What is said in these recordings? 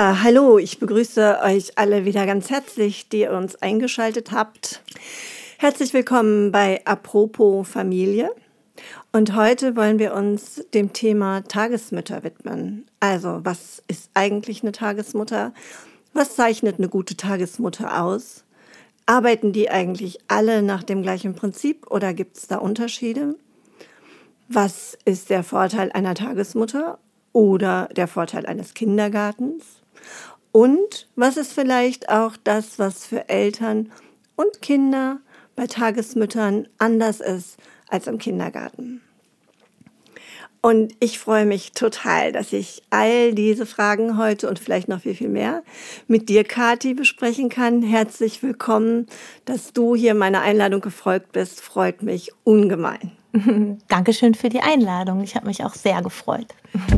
Ja, hallo, ich begrüße euch alle wieder ganz herzlich, die ihr uns eingeschaltet habt. Herzlich willkommen bei Apropos Familie. Und heute wollen wir uns dem Thema Tagesmütter widmen. Also, was ist eigentlich eine Tagesmutter? Was zeichnet eine gute Tagesmutter aus? Arbeiten die eigentlich alle nach dem gleichen Prinzip oder gibt es da Unterschiede? Was ist der Vorteil einer Tagesmutter oder der Vorteil eines Kindergartens? Und was ist vielleicht auch das, was für Eltern und Kinder bei Tagesmüttern anders ist als im Kindergarten? Und ich freue mich total, dass ich all diese Fragen heute und vielleicht noch viel, viel mehr mit dir, Kathi, besprechen kann. Herzlich willkommen, dass du hier meiner Einladung gefolgt bist. Freut mich ungemein. Dankeschön für die Einladung. Ich habe mich auch sehr gefreut.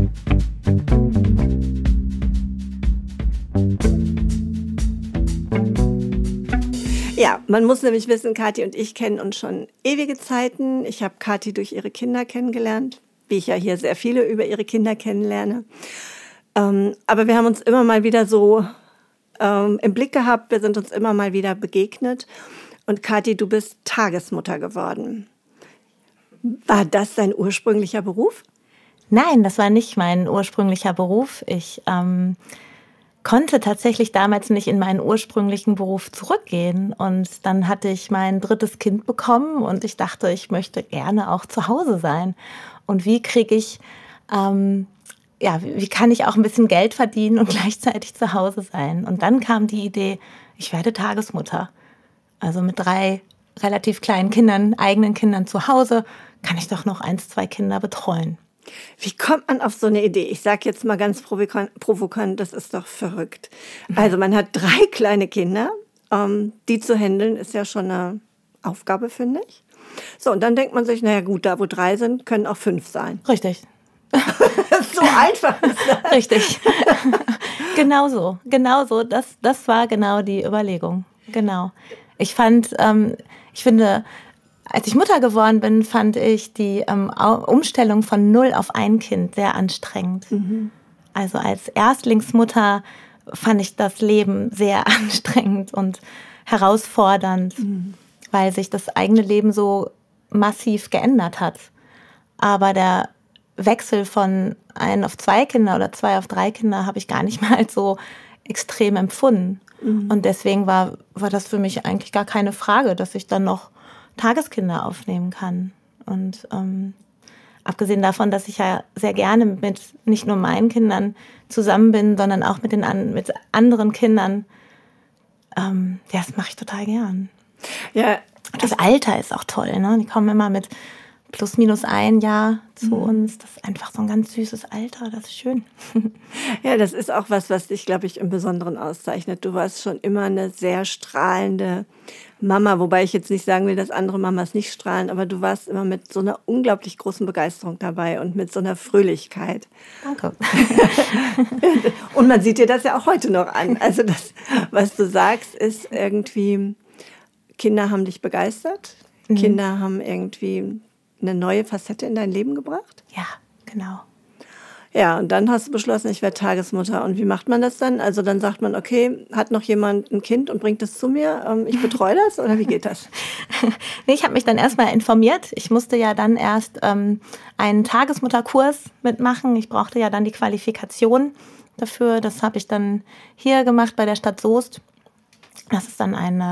Ja, man muss nämlich wissen, Kathi und ich kennen uns schon ewige Zeiten. Ich habe Kathi durch ihre Kinder kennengelernt, wie ich ja hier sehr viele über ihre Kinder kennenlerne. Aber wir haben uns immer mal wieder so im Blick gehabt. Wir sind uns immer mal wieder begegnet. Und Kathi, du bist Tagesmutter geworden. War das dein ursprünglicher Beruf? Nein, das war nicht mein ursprünglicher Beruf. Ich konnte tatsächlich damals nicht in meinen ursprünglichen Beruf zurückgehen. Und dann hatte ich mein 3. Kind bekommen und ich dachte, ich möchte gerne auch zu Hause sein. Und wie kriege ich, wie kann ich auch ein bisschen Geld verdienen und gleichzeitig zu Hause sein? Und dann kam die Idee, ich werde Tagesmutter. Also mit 3 relativ kleinen Kindern, eigenen Kindern zu Hause, kann ich doch noch 1, 2 Kinder betreuen. Wie kommt man auf so eine Idee? Ich sage jetzt mal ganz provokant, das ist doch verrückt. Also man hat 3 kleine Kinder, die zu handeln ist ja schon eine Aufgabe, finde ich. So, und dann denkt man sich, naja gut, da wo 3 sind, können auch 5 sein. Richtig. So einfach ist das. Richtig. Genau so. Das war genau die Überlegung. Genau. Ich finde, als ich Mutter geworden bin, fand ich die Umstellung von 0 auf 1 Kind sehr anstrengend. Mhm. Also als Erstlingsmutter fand ich das Leben sehr anstrengend und herausfordernd, weil sich das eigene Leben so massiv geändert hat. Aber der Wechsel von 1 auf 2 Kinder oder 2 auf 3 Kinder habe ich gar nicht mal so extrem empfunden. Mhm. Und deswegen war das für mich eigentlich gar keine Frage, dass ich dann noch Tageskinder aufnehmen kann. Und abgesehen davon, dass ich ja sehr gerne mit nicht nur meinen Kindern zusammen bin, sondern auch mit anderen Kindern, das mache ich total gern. Ja. Das Alter ist auch toll, ne? Die kommen immer mit plus minus 1 Jahr zu uns. Das ist einfach so ein ganz süßes Alter, das ist schön. Ja, das ist auch was dich, glaube ich, im Besonderen auszeichnet. Du warst schon immer eine sehr strahlende Mama, wobei ich jetzt nicht sagen will, dass andere Mamas nicht strahlen, aber du warst immer mit so einer unglaublich großen Begeisterung dabei und mit so einer Fröhlichkeit. Danke. Und man sieht dir das ja auch heute noch an. Also das, was du sagst, ist irgendwie, Kinder haben dich begeistert, Kinder haben irgendwie eine neue Facette in dein Leben gebracht? Ja, genau. Ja, und dann hast du beschlossen, ich werde Tagesmutter. Und wie macht man das dann? Also dann sagt man, okay, hat noch jemand ein Kind und bringt es zu mir? Ich betreue das oder wie geht das? Nee, ich habe mich dann erstmal informiert. Ich musste ja dann erst einen Tagesmutterkurs mitmachen. Ich brauchte ja dann die Qualifikation dafür. Das habe ich dann hier gemacht bei der Stadt Soest. Das sind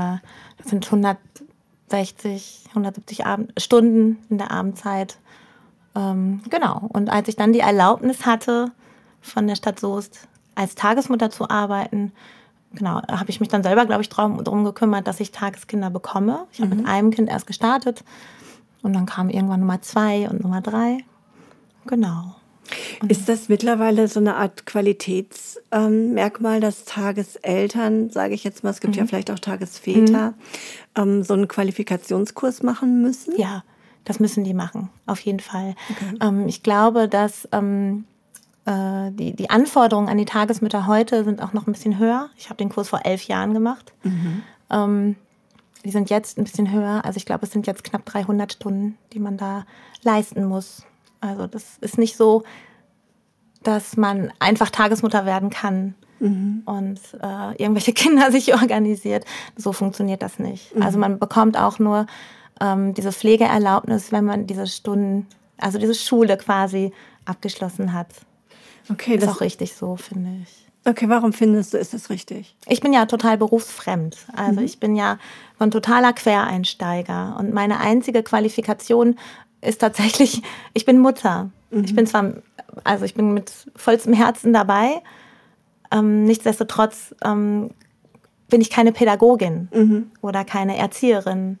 160, 170 Stunden in der Abendzeit. Genau. Und als ich dann die Erlaubnis hatte, von der Stadt Soest als Tagesmutter zu arbeiten, genau, habe ich mich dann selber, glaube ich, darum gekümmert, dass ich Tageskinder bekomme. Ich habe mit einem Kind erst gestartet und dann kam irgendwann Nummer 2 und Nummer 3. Genau. Ist das mittlerweile so eine Art Qualitätsmerkmal, dass Tageseltern, sage ich jetzt mal, es gibt ja vielleicht auch Tagesväter, so einen Qualifikationskurs machen müssen? Ja, das müssen die machen, auf jeden Fall. Okay. Ich glaube, dass die Anforderungen an die Tagesmütter heute sind auch noch ein bisschen höher. Ich habe den Kurs vor 11 Jahren gemacht. Die sind jetzt ein bisschen höher. Also ich glaube, es sind jetzt knapp 300 Stunden, die man da leisten muss. Also das ist nicht so, dass man einfach Tagesmutter werden kann, und irgendwelche Kinder sich organisiert. So funktioniert das nicht. Also man bekommt auch nur diese Pflegeerlaubnis, wenn man diese Stunden, also diese Schule quasi abgeschlossen hat. Okay, das ist auch richtig so, finde ich. Okay, warum findest du, ist das richtig? Ich bin ja total berufsfremd. Also ich bin ja ein totaler Quereinsteiger. Und meine einzige Qualifikation ist tatsächlich, ich bin Mutter. Ich bin mit vollstem Herzen dabei. Nichtsdestotrotz bin ich keine Pädagogin oder keine Erzieherin.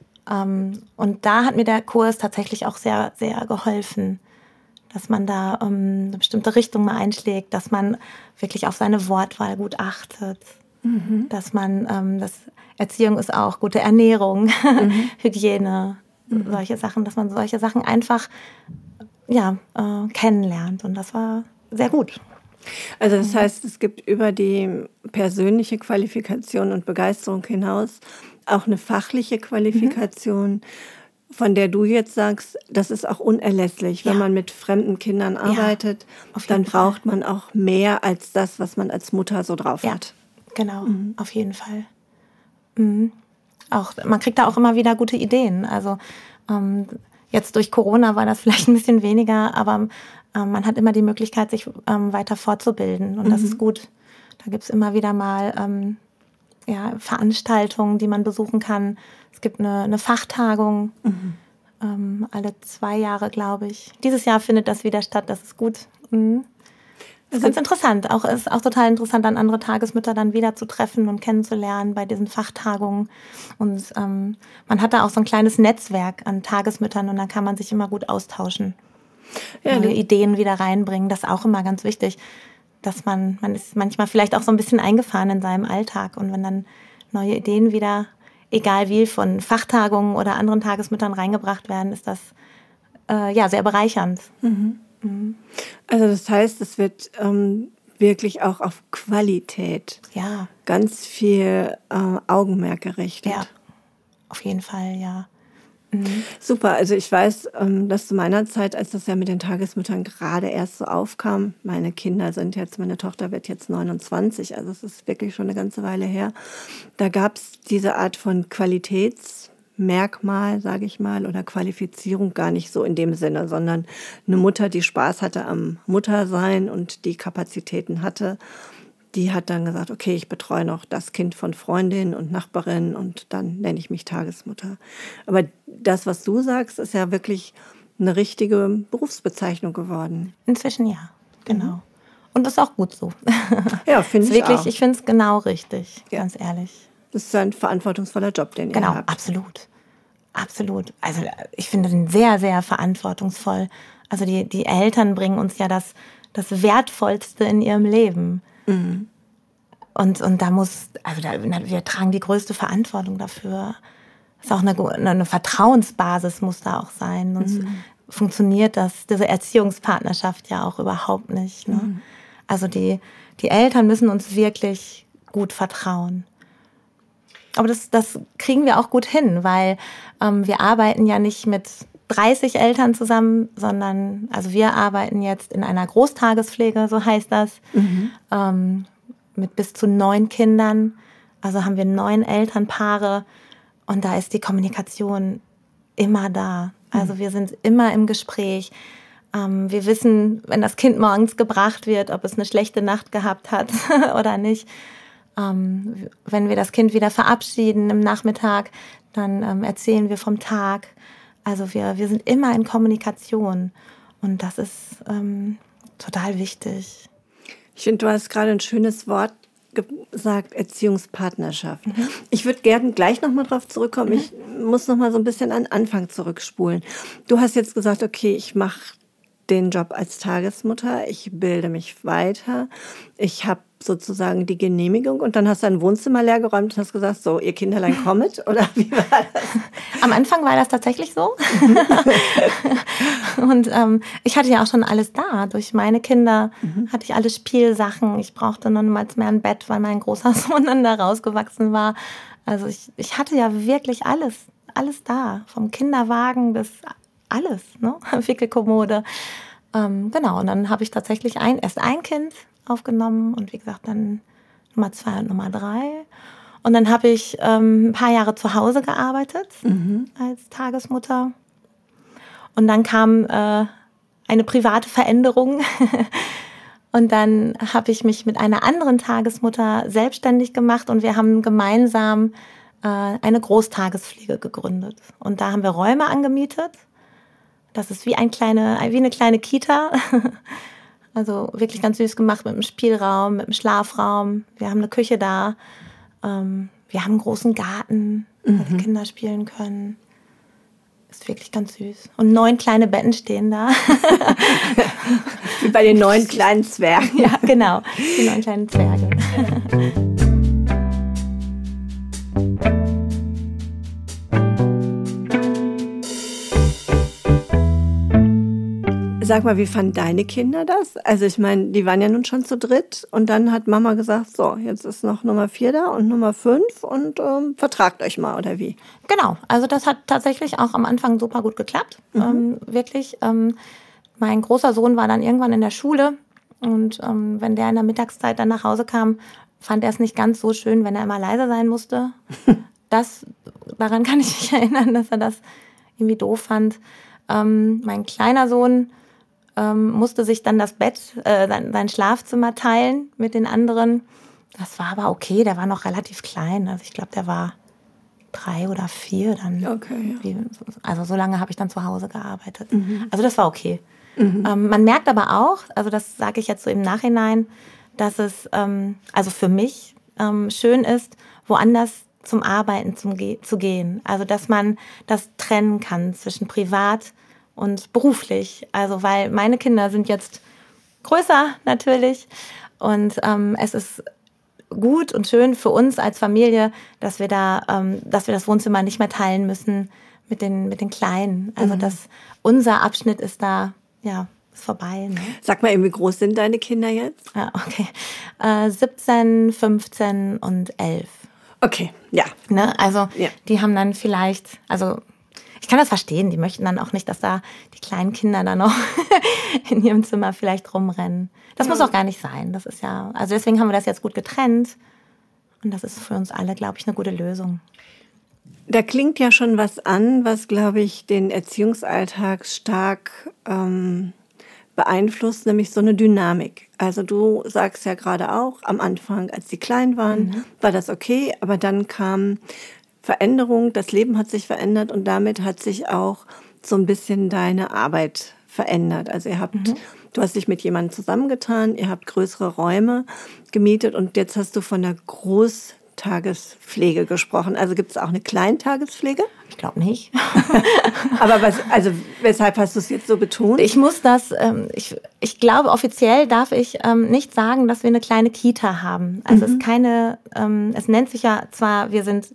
Und da hat mir der Kurs tatsächlich auch sehr, sehr geholfen, dass man da eine bestimmte Richtung mal einschlägt, dass man wirklich auf seine Wortwahl gut achtet, dass man, Erziehung ist auch gute Ernährung, Hygiene, solche Sachen, dass man solche Sachen einfach kennenlernt. Und das war sehr gut. Also das heißt, es gibt über die persönliche Qualifikation und Begeisterung hinaus auch eine fachliche Qualifikation, von der du jetzt sagst, das ist auch unerlässlich. Wenn man mit fremden Kindern arbeitet, dann braucht man auch mehr als das, was man als Mutter so drauf hat. Genau, auf jeden Fall. Auch, man kriegt da auch immer wieder gute Ideen. Also jetzt durch Corona war das vielleicht ein bisschen weniger, aber man hat immer die Möglichkeit, sich weiter fortzubilden. Und das ist gut. Da gibt es immer wieder mal Veranstaltungen, die man besuchen kann. Es gibt eine Fachtagung, alle 2 Jahre, glaube ich. Dieses Jahr findet das wieder statt, das ist gut. Das ist ganz interessant. Ist auch total interessant, dann andere Tagesmütter dann wieder zu treffen und kennenzulernen bei diesen Fachtagungen. Und man hat da auch so ein kleines Netzwerk an Tagesmüttern und dann kann man sich immer gut austauschen. Neue Ideen wieder reinbringen, das ist auch immer ganz wichtig. Dass man ist manchmal vielleicht auch so ein bisschen eingefahren in seinem Alltag. Und wenn dann neue Ideen wieder, egal wie, von Fachtagungen oder anderen Tagesmüttern reingebracht werden, ist das sehr bereichernd. Also das heißt, es wird wirklich auch auf Qualität ganz viel Augenmerk gerichtet. Ja, auf jeden Fall, ja. Super, also ich weiß, dass zu meiner Zeit, als das ja mit den Tagesmüttern gerade erst so aufkam, meine Tochter wird jetzt 29, also es ist wirklich schon eine ganze Weile her, da gab es diese Art von Qualitätsmerkmal, sage ich mal, oder Qualifizierung gar nicht so in dem Sinne, sondern eine Mutter, die Spaß hatte am Muttersein und die Kapazitäten hatte, die hat dann gesagt, okay, ich betreue noch das Kind von Freundin und Nachbarin und dann nenne ich mich Tagesmutter. Aber das, was du sagst, ist ja wirklich eine richtige Berufsbezeichnung geworden. Inzwischen ja, genau. Und das ist auch gut so. Ja, finde ich auch. Ich finde es genau richtig, ganz ehrlich. Das ist ein verantwortungsvoller Job, den ihr habt. Genau, absolut. Absolut. Also ich finde den sehr, sehr verantwortungsvoll. Also die Eltern bringen uns ja das Wertvollste in ihrem Leben. Und wir tragen die größte Verantwortung dafür. Ist auch eine Vertrauensbasis muss da auch sein. Sonst funktioniert diese Erziehungspartnerschaft ja auch überhaupt nicht. Ne? Also die Eltern müssen uns wirklich gut vertrauen. Aber das kriegen wir auch gut hin, weil wir arbeiten ja nicht mit 30 Eltern zusammen, sondern also wir arbeiten jetzt in einer Großtagespflege, so heißt das, mit bis zu 9 Kindern. Also haben wir 9 Elternpaare und da ist die Kommunikation immer da. Also wir sind immer im Gespräch. Wir wissen, wenn das Kind morgens gebracht wird, ob es eine schlechte Nacht gehabt hat oder nicht. Wenn wir das Kind wieder verabschieden im Nachmittag, dann erzählen wir vom Tag. Also wir sind immer in Kommunikation und das ist total wichtig. Ich finde, du hast gerade ein schönes Wort gesagt, Erziehungspartnerschaft. Ich würde gerne gleich nochmal drauf zurückkommen. Ich muss nochmal so ein bisschen an den Anfang zurückspulen. Du hast jetzt gesagt, okay, ich mache den Job als Tagesmutter, ich bilde mich weiter, ich habe sozusagen die Genehmigung und dann hast du dein Wohnzimmer leer geräumt und hast gesagt, so, ihr Kinderlein kommet, oder wie war das? Am Anfang war das tatsächlich so. Und ich hatte ja auch schon alles da. Durch meine Kinder hatte ich alle Spielsachen. Ich brauchte noch niemals mehr ein Bett, weil mein großer Sohn dann da rausgewachsen war. Also ich hatte ja wirklich alles da. Vom Kinderwagen bis alles, ne? Wickelkommode. Genau, und dann habe ich tatsächlich erst ein Kind aufgenommen und wie gesagt dann Nummer 2 und Nummer 3. Und dann habe ich ein paar Jahre zu Hause gearbeitet als Tagesmutter. Und dann kam eine private Veränderung. Und dann habe ich mich mit einer anderen Tagesmutter selbstständig gemacht und wir haben gemeinsam eine Großtagespflege gegründet. Und da haben wir Räume angemietet. Das ist wie eine kleine Kita. Also wirklich ganz süß gemacht mit einem Spielraum, mit einem Schlafraum. Wir haben eine Küche da. Wir haben einen großen Garten, wo die Kinder spielen können. Ist wirklich ganz süß. Und 9 kleine Betten stehen da. Wie bei den 9 kleinen Zwergen. Ja, genau. Die 9 kleinen Zwerge. Sag mal, wie fanden deine Kinder das? Also ich meine, die waren ja nun schon zu dritt und dann hat Mama gesagt, so, jetzt ist noch Nummer 4 da und Nummer 5 und vertragt euch mal, oder wie? Genau, also das hat tatsächlich auch am Anfang super gut geklappt. Wirklich. Mein großer Sohn war dann irgendwann in der Schule und wenn der in der Mittagszeit dann nach Hause kam, fand er es nicht ganz so schön, wenn er immer leise sein musste. Daran kann ich mich erinnern, dass er das irgendwie doof fand. Mein kleiner Sohn musste sich dann das Bett, sein Schlafzimmer teilen mit den anderen. Das war aber okay, der war noch relativ klein. Also ich glaube, der war 3 oder 4 dann. Okay, ja. Also so lange habe ich dann zu Hause gearbeitet. Also das war okay. Man merkt aber auch, also das sage ich jetzt so im Nachhinein, dass es also für mich schön ist, woanders zum Arbeiten zu gehen. Also dass man das trennen kann zwischen privat und beruflich. Also weil meine Kinder sind jetzt größer natürlich und es ist gut und schön für uns als Familie, dass wir das Wohnzimmer nicht mehr teilen müssen mit den Kleinen. Also dass unser Abschnitt ist da, ja, ist vorbei. Ne? Sag mal, wie groß sind deine Kinder jetzt? Ja, okay. 17, 15 und 11. Okay, ja. Ne? Also ja. Die haben dann vielleicht, also ich kann das verstehen, die möchten dann auch nicht, dass da die kleinen Kinder dann noch in ihrem Zimmer vielleicht rumrennen. Das muss auch gar nicht sein. Das ist ja, also deswegen haben wir das jetzt gut getrennt. Und das ist für uns alle, glaube ich, eine gute Lösung. Da klingt ja schon was an, was, glaube ich, den Erziehungsalltag stark beeinflusst, nämlich so eine Dynamik. Also du sagst ja gerade auch, am Anfang, als die klein waren, war das okay, aber dann kam Veränderung, das Leben hat sich verändert und damit hat sich auch so ein bisschen deine Arbeit verändert. Also du hast dich mit jemandem zusammengetan, ihr habt größere Räume gemietet und jetzt hast du von der Großtagespflege gesprochen. Also gibt es auch eine Kleintagespflege? Ich glaube nicht. Aber weshalb hast du es jetzt so betont? Ich muss das, ich glaube, offiziell darf ich nicht sagen, dass wir eine kleine Kita haben. Also es ist keine, es nennt sich ja zwar, wir sind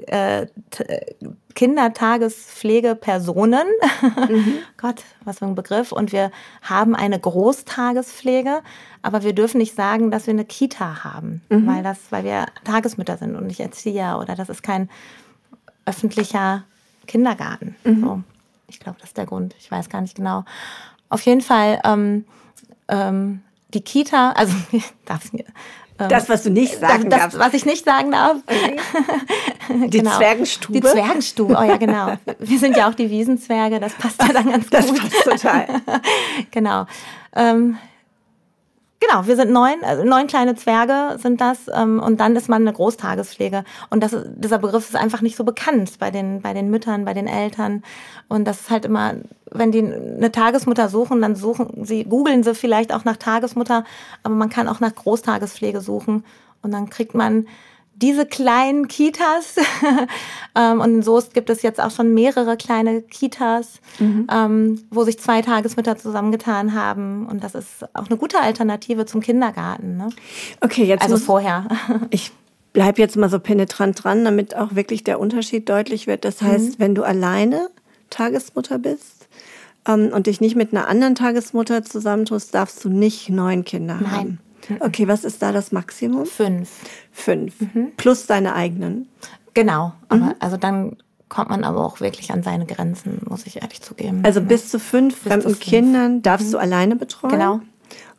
Kindertagespflegepersonen. Gott, was für ein Begriff. Und wir haben eine Großtagespflege, aber wir dürfen nicht sagen, dass wir eine Kita haben, weil wir Tagesmütter sind und nicht Erzieher oder das ist kein öffentlicher Kindergarten. So. Ich glaube, das ist der Grund. Ich weiß gar nicht genau. Auf jeden Fall die Kita, also das, was du nicht sagen darfst. Was ich nicht sagen darf. Okay. Die genau. Zwergenstube. Die Zwergenstube, oh ja, genau. Wir sind ja auch die Wiesenzwerge, das passt ja dann ganz gut. Das passt total. Genau. Genau, wir sind 9 kleine Zwerge sind das und dann ist man eine Großtagespflege. Und dieser Begriff ist einfach nicht so bekannt bei den Müttern, bei den Eltern. Und das ist halt immer, wenn die eine Tagesmutter suchen, dann googeln sie vielleicht auch nach Tagesmutter, aber man kann auch nach Großtagespflege suchen. Und dann kriegt man diese kleinen Kitas und in Soest gibt es jetzt auch schon mehrere kleine Kitas, wo sich 2 Tagesmütter zusammengetan haben und das ist auch eine gute Alternative zum Kindergarten. Ne? Okay, jetzt also vorher. Ich bleibe jetzt mal so penetrant dran, damit auch wirklich der Unterschied deutlich wird. Das heißt, wenn du alleine Tagesmutter bist und dich nicht mit einer anderen Tagesmutter zusammentust, darfst du nicht 9 Kinder haben. Okay, was ist da das Maximum? 5. Plus deine eigenen? Genau, aber also dann kommt man aber auch wirklich an seine Grenzen, muss ich ehrlich zugeben. Also bis zu 5 fremden Kindern darfst du alleine betreuen? Genau.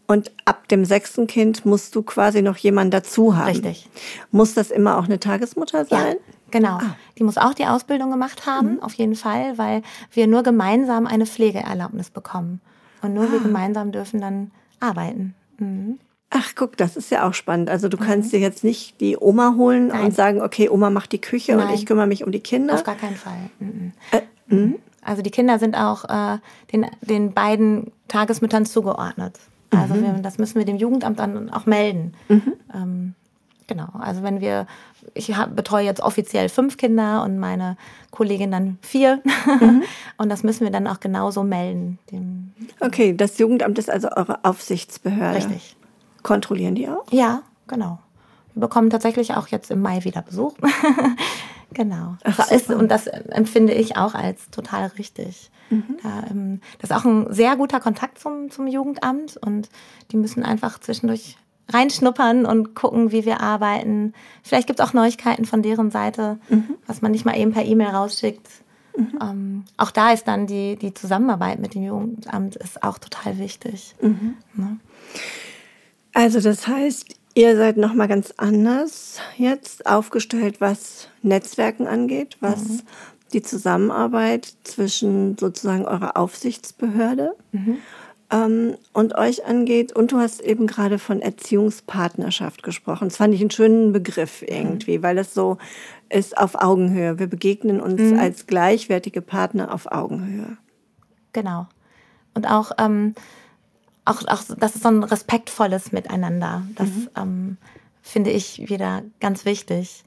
Und ab dem 6. Kind musst du quasi noch jemanden dazu haben. Richtig. Muss das immer auch eine Tagesmutter sein? Ja, genau. Die muss auch die Ausbildung gemacht haben, auf jeden Fall, weil wir nur gemeinsam eine Pflegeerlaubnis bekommen. Und nur wir gemeinsam dürfen dann arbeiten. Mhm. Ach, guck, das ist ja auch spannend. Also du kannst dir jetzt nicht die Oma holen und sagen, okay, Oma macht die Küche und ich kümmere mich um die Kinder. Auf gar keinen Fall. Also die Kinder sind auch den beiden Tagesmüttern zugeordnet. Also das müssen wir dem Jugendamt dann auch melden. Genau, also ich betreue jetzt offiziell 5 Kinder und meine Kollegin dann 4. Und das müssen wir dann auch genauso melden. Okay, das Jugendamt ist also eure Aufsichtsbehörde. Richtig. Kontrollieren die auch? Ja, genau. Wir bekommen tatsächlich auch jetzt im Mai wieder Besuch. Genau. Und das empfinde ich auch als total richtig. Das ist auch ein sehr guter Kontakt zum Jugendamt und die müssen einfach zwischendurch reinschnuppern und gucken, wie wir arbeiten. Vielleicht gibt es auch Neuigkeiten von deren Seite, was man nicht mal eben per E-Mail rausschickt. Auch da ist dann die Zusammenarbeit mit dem Jugendamt ist auch total wichtig. Ne? Also das heißt, ihr seid nochmal ganz anders jetzt aufgestellt, was Netzwerken angeht, was die Zusammenarbeit zwischen sozusagen eurer Aufsichtsbehörde und euch angeht. Und du hast eben gerade von Erziehungspartnerschaft gesprochen. Das fand ich einen schönen Begriff irgendwie, weil das so ist auf Augenhöhe. Wir begegnen uns als gleichwertige Partner auf Augenhöhe. Genau. Und auch das ist so ein respektvolles Miteinander. Das finde ich wieder ganz wichtig.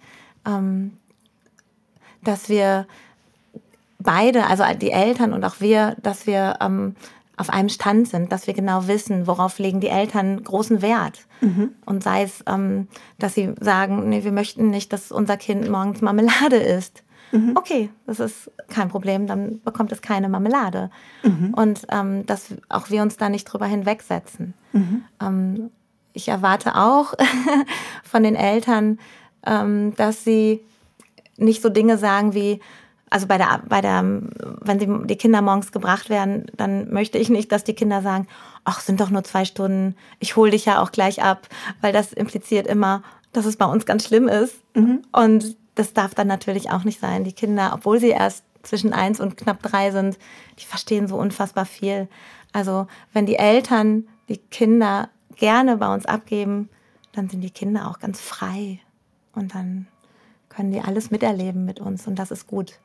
Dass wir beide, also die Eltern und auch wir, dass wir auf einem Stand sind, dass wir genau wissen, worauf legen die Eltern großen Wert. Und sei es, dass sie sagen, nee, wir möchten nicht, dass unser Kind morgens Marmelade isst. Okay, das ist kein Problem, dann bekommt es keine Marmelade. Und dass auch wir uns da nicht drüber hinwegsetzen. Ich erwarte auch von den Eltern, dass sie nicht so Dinge sagen wie, also wenn die Kinder morgens gebracht werden, dann möchte ich nicht, dass die Kinder sagen, ach, sind doch nur 2 Stunden, ich hole dich ja auch gleich ab, weil das impliziert immer, dass es bei uns ganz schlimm ist. Und das darf dann natürlich auch nicht sein. Die Kinder, obwohl sie erst zwischen 1 und knapp 3 sind, die verstehen so unfassbar viel. Also wenn die Eltern die Kinder gerne bei uns abgeben, dann sind die Kinder auch ganz frei. Und dann können die alles miterleben mit uns und das ist gut.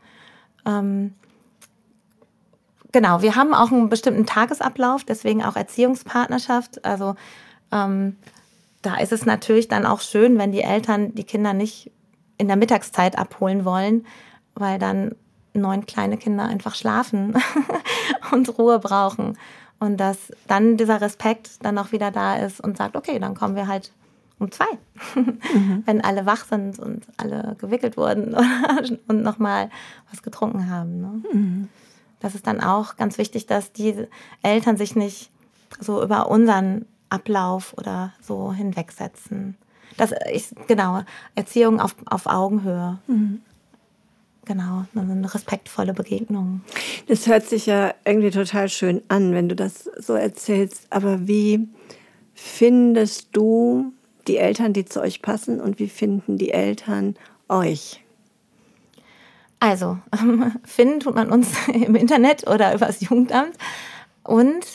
Genau, wir haben auch einen bestimmten Tagesablauf, deswegen auch Erziehungspartnerschaft. Also da ist es natürlich dann auch schön, wenn die Eltern die Kinder nicht in der Mittagszeit abholen wollen, weil dann 9 kleine Kinder einfach schlafen und Ruhe brauchen. Und dass dann dieser Respekt dann auch wieder da ist und sagt, okay, dann kommen wir halt um 2, wenn alle wach sind und alle gewickelt wurden und nochmal was getrunken haben. Ne? Das ist dann auch ganz wichtig, dass die Eltern sich nicht so über unseren Ablauf oder so hinwegsetzen. Das ist, genau, Erziehung auf Augenhöhe. Genau, eine respektvolle Begegnung. Das hört sich ja irgendwie total schön an, wenn du das so erzählst. Aber wie findest du die Eltern, die zu euch passen, und wie finden die Eltern euch? Also, finden tut man uns im Internet oder über das Jugendamt. Und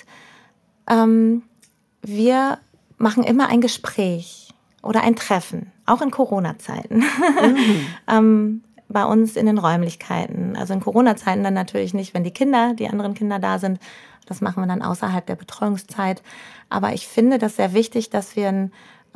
wir machen immer ein Gespräch oder ein Treffen, auch in Corona-Zeiten, bei uns in den Räumlichkeiten. Also in Corona-Zeiten dann natürlich nicht, wenn die anderen Kinder da sind. Das machen wir dann außerhalb der Betreuungszeit. Aber ich finde das sehr wichtig, dass wir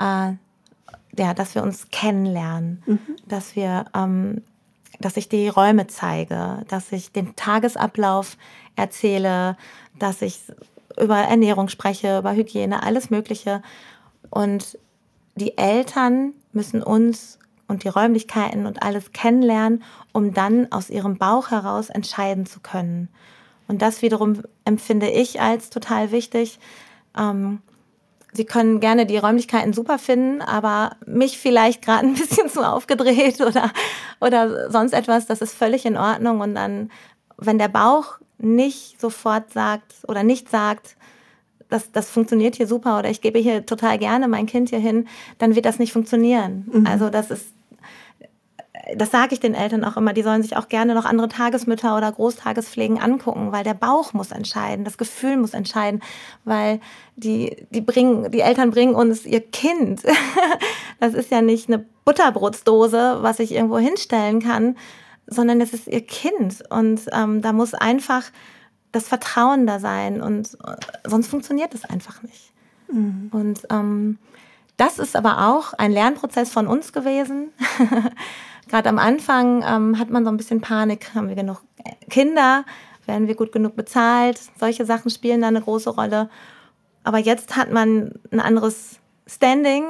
uns kennenlernen, dass ich die Räume zeige, dass ich den Tagesablauf erzähle, dass ich über Ernährung spreche, über Hygiene, alles Mögliche. Und die Eltern müssen uns und die Räumlichkeiten und alles kennenlernen, um dann aus ihrem Bauch heraus entscheiden zu können. Und das wiederum empfinde ich als total wichtig. Sie können gerne die Räumlichkeiten super finden, aber mich vielleicht gerade ein bisschen zu aufgedreht oder sonst etwas, das ist völlig in Ordnung. Und dann, wenn der Bauch nicht sofort sagt oder nicht sagt, das funktioniert hier super oder ich gebe hier total gerne mein Kind hier hin, dann wird das nicht funktionieren. Also das sage ich den Eltern auch immer, die sollen sich auch gerne noch andere Tagesmütter oder Großtagespflegen angucken, weil der Bauch muss entscheiden, das Gefühl muss entscheiden, weil die Eltern bringen uns ihr Kind. Das ist ja nicht eine Butterbrotsdose, was ich irgendwo hinstellen kann, sondern es ist ihr Kind. Und da muss einfach das Vertrauen da sein und sonst funktioniert es einfach nicht. Und das ist aber auch ein Lernprozess von uns gewesen. Gerade am Anfang hat man so ein bisschen Panik, haben wir genug Kinder, werden wir gut genug bezahlt, solche Sachen spielen da eine große Rolle. Aber jetzt hat man ein anderes Standing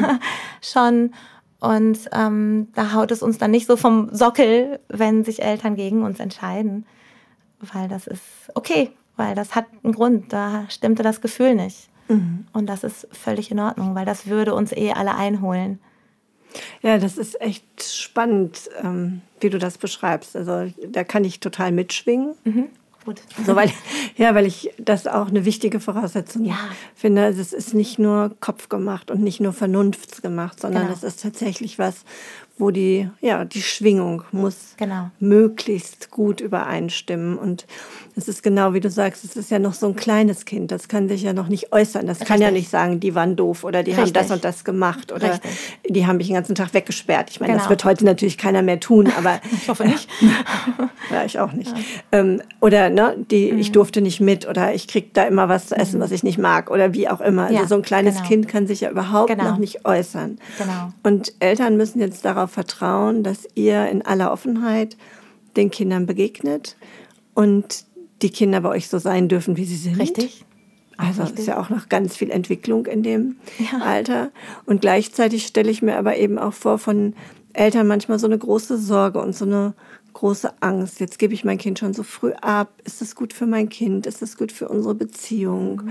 schon und da haut es uns dann nicht so vom Sockel, wenn sich Eltern gegen uns entscheiden, weil das ist okay, weil das hat einen Grund, da stimmte das Gefühl nicht. Und das ist völlig in Ordnung, weil das würde uns alle einholen. Ja, das ist echt spannend, wie du das beschreibst. Also da kann ich total mitschwingen. Gut. So, weil ich das auch eine wichtige Voraussetzung finde. Also es ist nicht nur kopfgemacht und nicht nur vernunftsgemacht, sondern es ist tatsächlich was, wo die Schwingung muss möglichst gut übereinstimmen. Und es ist genau wie du sagst, es ist ja noch so ein kleines Kind, das kann sich ja noch nicht äußern. Das kann ja nicht sagen, die waren doof oder die haben das und das gemacht oder die haben mich den ganzen Tag weggesperrt. Ich meine, das wird heute natürlich keiner mehr tun, aber ich hoffe nicht. Ja, ich auch nicht. Ja. Oder ich durfte nicht mit oder ich krieg da immer was zu essen, was ich nicht mag oder wie auch immer. Also so ein kleines Kind kann sich ja überhaupt noch nicht äußern. Und Eltern müssen jetzt darauf vertrauen, dass ihr in aller Offenheit den Kindern begegnet und die Kinder bei euch so sein dürfen, wie sie sind. Richtig. Also es ist ja auch noch ganz viel Entwicklung in dem Alter. Und gleichzeitig stelle ich mir aber eben auch vor, von Eltern manchmal so eine große Sorge und so eine große Angst. Jetzt gebe ich mein Kind schon so früh ab. Ist das gut für mein Kind? Ist das gut für unsere Beziehung?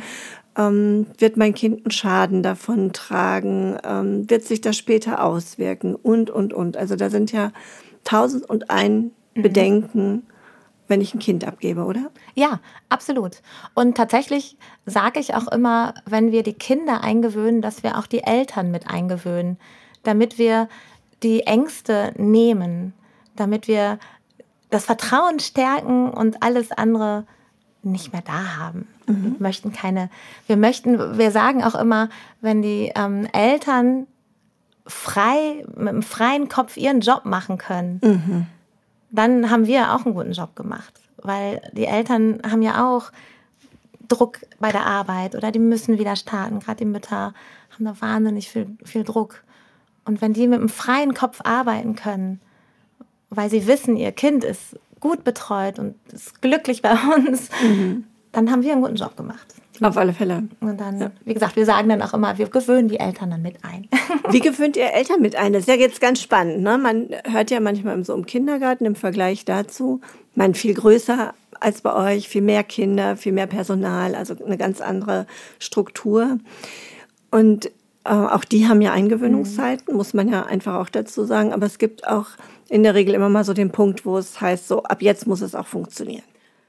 Wird mein Kind einen Schaden davon tragen? Wird sich das später auswirken? Und. Also da sind ja 1001 Bedenken, wenn ich ein Kind abgebe, oder? Ja, absolut. Und tatsächlich sage ich auch immer, wenn wir die Kinder eingewöhnen, dass wir auch die Eltern mit eingewöhnen, damit wir die Ängste nehmen, damit wir das Vertrauen stärken und alles andere nicht mehr da haben. Wir sagen auch immer, wenn die Eltern mit einem freien Kopf ihren Job machen können, dann haben wir auch einen guten Job gemacht. Weil die Eltern haben ja auch Druck bei der Arbeit oder die müssen wieder starten. Gerade die Mütter haben da wahnsinnig viel Druck. Und wenn die mit einem freien Kopf arbeiten können, weil sie wissen, ihr Kind ist gut betreut und ist glücklich bei uns, dann haben wir einen guten Job gemacht. Auf alle Fälle. Und dann, wie gesagt, wir sagen dann auch immer, wir gewöhnen die Eltern dann mit ein. Wie gewöhnt ihr Eltern mit ein? Das ist ja jetzt ganz spannend, ne? Man hört ja manchmal so im Kindergarten im Vergleich dazu, man viel größer als bei euch, viel mehr Kinder, viel mehr Personal, also eine ganz andere Struktur. Und auch die haben ja Eingewöhnungszeiten, muss man ja einfach auch dazu sagen. Aber es gibt auch in der Regel immer mal so den Punkt, wo es heißt, so ab jetzt muss es auch funktionieren.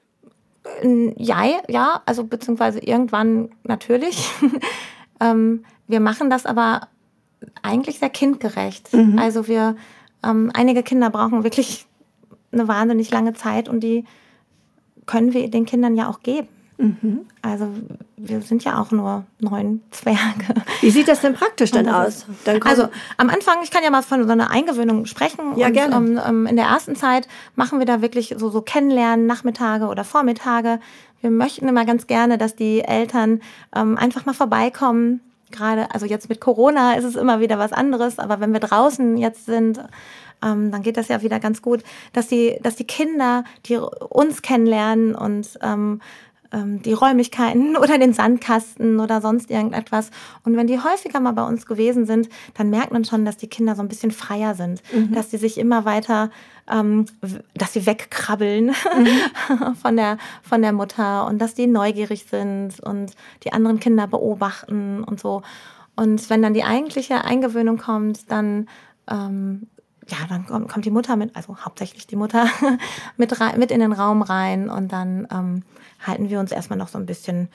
Ja, also beziehungsweise irgendwann natürlich. Wir machen das aber eigentlich sehr kindgerecht. Also einige Kinder brauchen wirklich eine wahnsinnig lange Zeit und die können wir den Kindern ja auch geben. Also wir sind ja auch nur 9 Zwerge. Wie sieht das denn praktisch dann aus? Also am Anfang, ich kann ja mal von so einer Eingewöhnung sprechen. Ja, und, gerne. In der ersten Zeit machen wir da wirklich so Kennenlernen, Nachmittage oder Vormittage. Wir möchten immer ganz gerne, dass die Eltern einfach mal vorbeikommen. Gerade, also jetzt mit Corona ist es immer wieder was anderes, aber wenn wir draußen jetzt sind, dann geht das ja wieder ganz gut, dass die Kinder, die uns kennenlernen und die Räumlichkeiten oder den Sandkasten oder sonst irgendetwas. Und wenn die häufiger mal bei uns gewesen sind, dann merkt man schon, dass die Kinder so ein bisschen freier sind, dass sie sich immer weiter, dass sie wegkrabbeln von der Mutter und dass die neugierig sind und die anderen Kinder beobachten und so. Und wenn dann die eigentliche Eingewöhnung kommt, dann dann kommt die Mutter mit, also hauptsächlich die Mutter, mit in den Raum rein und dann halten wir uns erstmal noch so ein bisschen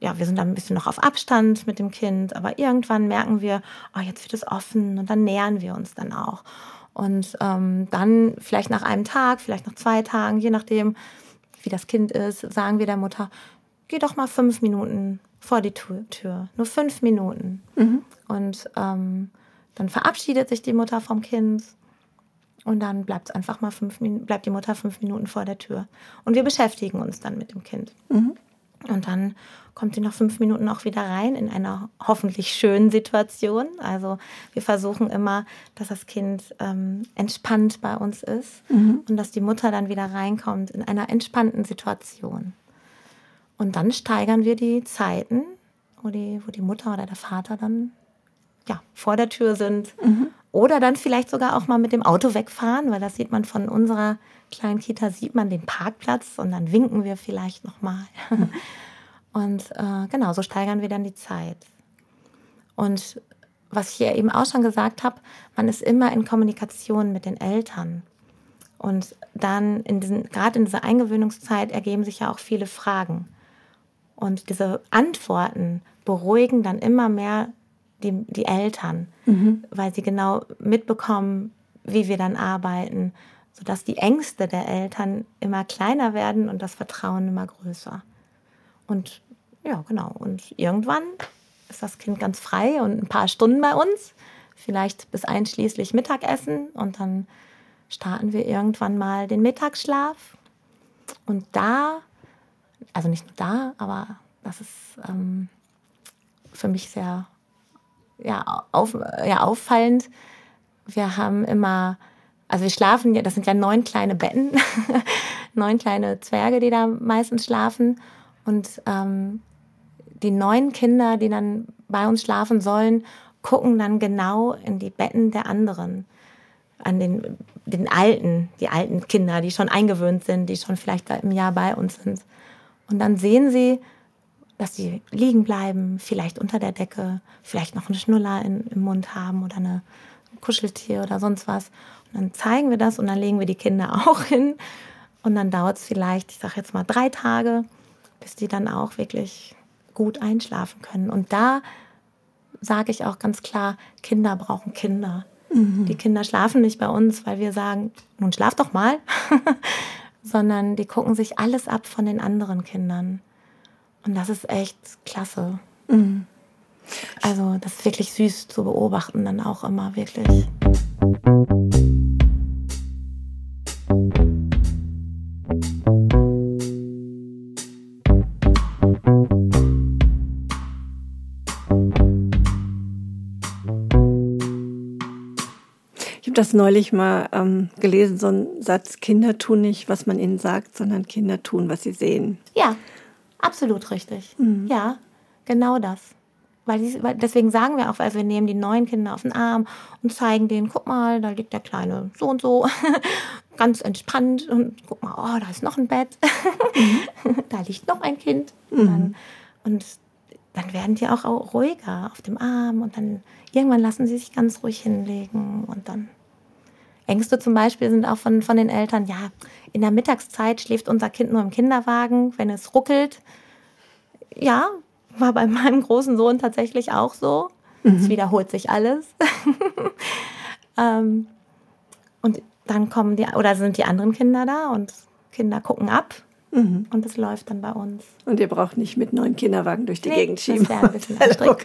wir sind dann ein bisschen noch auf Abstand mit dem Kind, aber irgendwann merken wir, jetzt wird es offen und dann nähern wir uns dann auch. Und dann vielleicht nach einem Tag, vielleicht nach 2 Tagen, je nachdem, wie das Kind ist, sagen wir der Mutter, geh doch mal 5 Minuten vor die Tür. Nur 5 Minuten. Und dann verabschiedet sich die Mutter vom Kind und dann bleibt die Mutter 5 Minuten vor der Tür. Und wir beschäftigen uns dann mit dem Kind. Und dann kommt sie nach 5 Minuten auch wieder rein in einer hoffentlich schönen Situation. Also wir versuchen immer, dass das Kind entspannt bei uns ist und dass die Mutter dann wieder reinkommt in einer entspannten Situation. Und dann steigern wir die Zeiten, wo die Mutter oder der Vater dann vor der Tür sind. Oder dann vielleicht sogar auch mal mit dem Auto wegfahren, weil das sieht man von unserer kleinen Kita, sieht man den Parkplatz und dann winken wir vielleicht nochmal. Und genau, so steigern wir dann die Zeit. Und was ich ja eben auch schon gesagt habe, man ist immer in Kommunikation mit den Eltern. Und dann gerade in dieser Eingewöhnungszeit ergeben sich ja auch viele Fragen. Und diese Antworten beruhigen dann immer mehr die Eltern, weil sie genau mitbekommen, wie wir dann arbeiten, sodass die Ängste der Eltern immer kleiner werden und das Vertrauen immer größer. Und ja, genau. Und irgendwann ist das Kind ganz frei und ein paar Stunden bei uns, vielleicht bis einschließlich Mittagessen. Und dann starten wir irgendwann mal den Mittagsschlaf. Und also nicht nur da, aber das ist für mich sehr auffallend. Wir haben immer, also wir schlafen, das sind ja 9 kleine Betten, 9 kleine Zwerge, die da meistens schlafen. Und die 9 Kinder, die dann bei uns schlafen sollen, gucken dann genau in die Betten der anderen. An die alten Kinder, die schon eingewöhnt sind, die schon vielleicht im Jahr bei uns sind. Und dann sehen sie, dass sie liegen bleiben, vielleicht unter der Decke, vielleicht noch einen Schnuller im Mund haben oder ein Kuscheltier oder sonst was. Und dann zeigen wir das und dann legen wir die Kinder auch hin. Und dann dauert es vielleicht, ich sage jetzt mal 3 Tage, bis die dann auch wirklich gut einschlafen können. Und da sage ich auch ganz klar, Kinder brauchen Kinder. Die Kinder schlafen nicht bei uns, weil wir sagen, nun schlaf doch mal, sondern die gucken sich alles ab von den anderen Kindern. Und das ist echt klasse. Also das ist wirklich süß zu beobachten dann auch immer, wirklich. Ich habe das neulich mal gelesen, so ein Satz, Kinder tun nicht, was man ihnen sagt, sondern Kinder tun, was sie sehen. Ja, absolut richtig. Ja, genau das. Weil deswegen sagen wir auch, also wir nehmen die 9 Kinder auf den Arm und zeigen denen, guck mal, da liegt der Kleine so und so, ganz entspannt. Und guck mal, da ist noch ein Bett, da liegt noch ein Kind. Und dann werden die auch ruhiger auf dem Arm und dann irgendwann lassen sie sich ganz ruhig hinlegen. Und dann Ängste zum Beispiel sind auch von den Eltern, in der Mittagszeit schläft unser Kind nur im Kinderwagen, wenn es ruckelt. Ja, war bei meinem großen Sohn tatsächlich auch so. Es wiederholt sich alles. Und dann sind die anderen Kinder da und Kinder gucken ab. Und es läuft dann bei uns. Und ihr braucht nicht mit 9 Kinderwagen durch die Gegend schieben. Das wäre ein bisschen anstrengend.